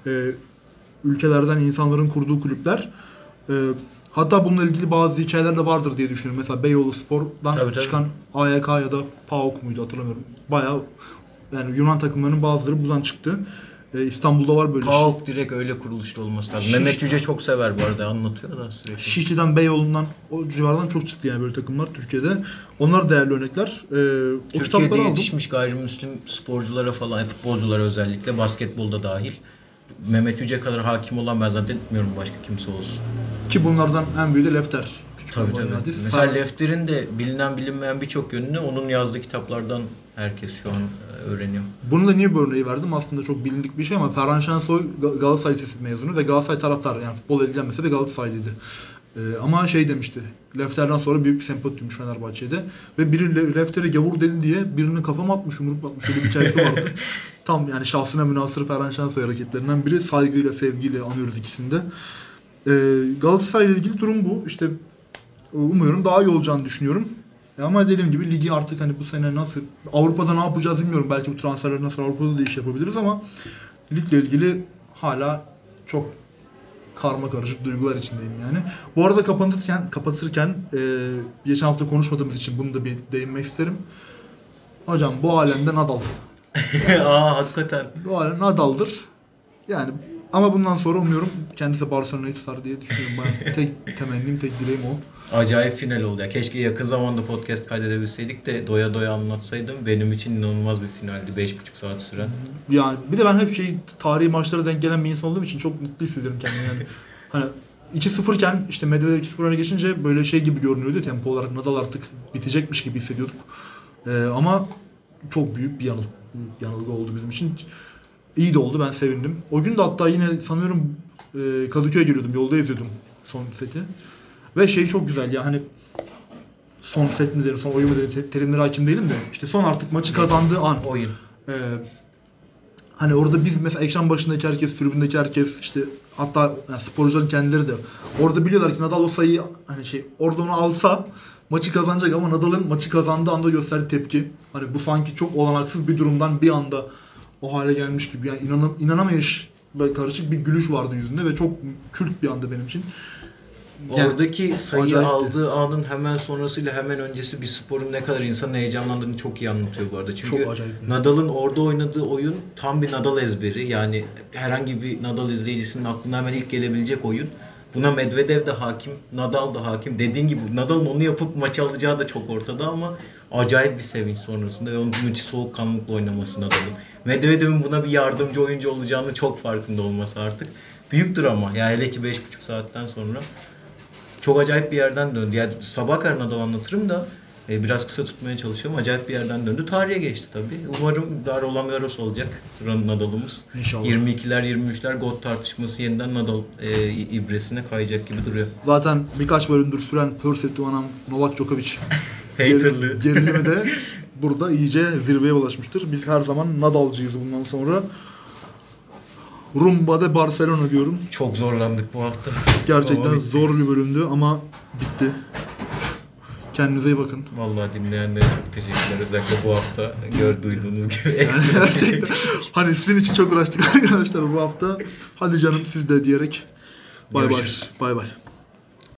ülkelerden insanların kurduğu kulüpler. Hatta bununla ilgili bazı hikayeler de vardır diye düşünüyorum. Mesela Beyoğlu Spor'dan Tabii. çıkan AYK ya da PAOK muydu hatırlamıyorum. Bayağı yani Yunan takımlarının bazıları buradan çıktı. İstanbul'da var böyle. PAOK direkt öyle kuruluşlu olması lazım. Mehmet Yüce çok sever bu arada, anlatıyor da sürekli. Şişli'den, Beyoğlu'ndan, o civardan çok çıktı yani böyle takımlar Türkiye'de. Onlar değerli örnekler. O Türkiye'de kitapları aldım. yetişmiş gayrimüslim sporculara falan, futbolculara özellikle, basketbolda dahil. Mehmet Yüce kadar hakim olan ben zannetmiyorum başka kimse olsun. Ki bunlardan en büyüğü de Lefter. Küçük Tabii Orman tabii. Hadis. Mesela Lefter'in de bilinen bilinmeyen birçok yönünü onun yazdığı kitaplardan herkes şu an öğreniyor. Bunu da niye bu örneği verdim? Aslında çok bilindik bir şey ama Ferhan Şensoy Galatasaray Lisesi mezunu ve Galatasaray taraftarı. Yani futbolla ilgilenmese de Galatasaraylıydı. Ama şey demişti, Lefter'den sonra büyük bir sempati duymuş Fenerbahçe'de. Ve biri Lefter'e gavur dedi diye birinin kafama atmış, yumruk atmış. Öyle bir hikayesi vardı. Tam yani şahsına münhasır Ferhan Şensoy hareketlerinden biri. Saygıyla, sevgiyle anıyoruz ikisini de. Galatasaray ile ilgili durum bu. İşte umuyorum daha iyi olacağını düşünüyorum. Ama dediğim gibi ligi artık hani bu sene nasıl, Avrupa'da ne yapacağız bilmiyorum. Belki bu transferlerden sonra Avrupa'da da iş yapabiliriz ama ligle ilgili hala çok karma karışık duygular içindeyim yani. Bu arada kapatırken geçen hafta konuşmadığımız için bunu da bir değinmek isterim. Hocam bu alemde Nadal. Hakikaten. Bu alem Nadal'dır. Yani ama bundan sonra umuyorum kendisi Barcelona'yı tutar diye düşünüyorum. Ben tek temennim, tek dileğim o. Acayip final oldu ya. Keşke yakın zamanda podcast kaydedebilseydik de doya doya anlatsaydım. Benim için inanılmaz bir finaldi. 5,5 saat süren. Yani bir de ben hep tarihi maçlara denk gelen bir insan olduğum için çok mutlu hissediyorum kendimi yani. Hani 2-0 iken işte Medvedev 2-0 öne geçince böyle şey gibi görünüyordu tempo olarak Nadal artık bitecekmiş gibi hissediyorduk. Ama çok büyük bir yanılgı oldu bizim için. İyi de oldu, ben sevindim. O gün de hatta yine sanıyorum Kadıköy'e giriyordum, yolda izliyordum son seti. Ve şey çok güzel ya, hani son set mi derim, son oyun mu derim, terimlere hakim değilim de işte son artık maçı kazandığı an. Oyun. Hani orada biz mesela ekran başındaki herkes, tribündeki herkes, işte hatta yani sporcuların kendileri de orada biliyorlar ki Nadal o sayıyı hani orada onu alsa maçı kazanacak, ama Nadal'ın maçı kazandığı anda gösterdiği tepki, hani bu sanki çok olanaksız bir durumdan bir anda o hale gelmiş gibi, yani inanamayışla karışık bir gülüş vardı yüzünde ve çok kült bir anda benim için. Yani Oradaki sayı acayipti. aldığı anın hemen sonrasıyla hemen öncesi bir sporun ne kadar insanın heyecanlandığını çok iyi anlatıyor bu arada. Çünkü Çok acayip. Nadal'ın orada oynadığı oyun tam bir Nadal ezberi. Yani herhangi bir Nadal izleyicisinin aklına hemen ilk gelebilecek oyun. Buna Medvedev de hakim, Nadal da hakim. Dediğin gibi Nadal'ın onu yapıp maçı alacağı da çok ortada, ama acayip bir sevinç sonrasında ve onun müthiş soğukkanlılıkla oynaması Nadal'ın. Medvedev'in buna bir yardımcı oyuncu olacağını çok farkında olması artık. Büyük drama. Yani hele ki 5,5 saatten sonra. Çok acayip bir yerden döndü. Yani sabah kadar Nadal anlatırım da biraz kısa tutmaya çalışıyorum. Acayip bir yerden döndü. Tarihe geçti tabii. Umarım daha Roland Garros olacak Nadal'ımız. İnşallah. 22'ler 23'ler GOAT tartışması yeniden Nadal ibresine kayacak gibi duruyor. Zaten birkaç bölümdür süren Pursuit Vanam Novak Djokovic Haterlı. gerilimi de burada iyice zirveye ulaşmıştır. Biz her zaman Nadal'cıyız bundan sonra. Rumba de Barcelona diyorum. Çok zorlandık bu hafta. Gerçekten Ama bitti. zor bir bölümdü ama bitti. Kendinize iyi bakın. Vallahi dinleyenlere çok teşekkürler. Özellikle bu hafta duyduğunuz gibi Yani ekstra gerçekten teşekkür. hani sizin için çok uğraştık arkadaşlar bu hafta. Hadi canım siz de diyerek bay bay. Görüşürüz. Bay bay.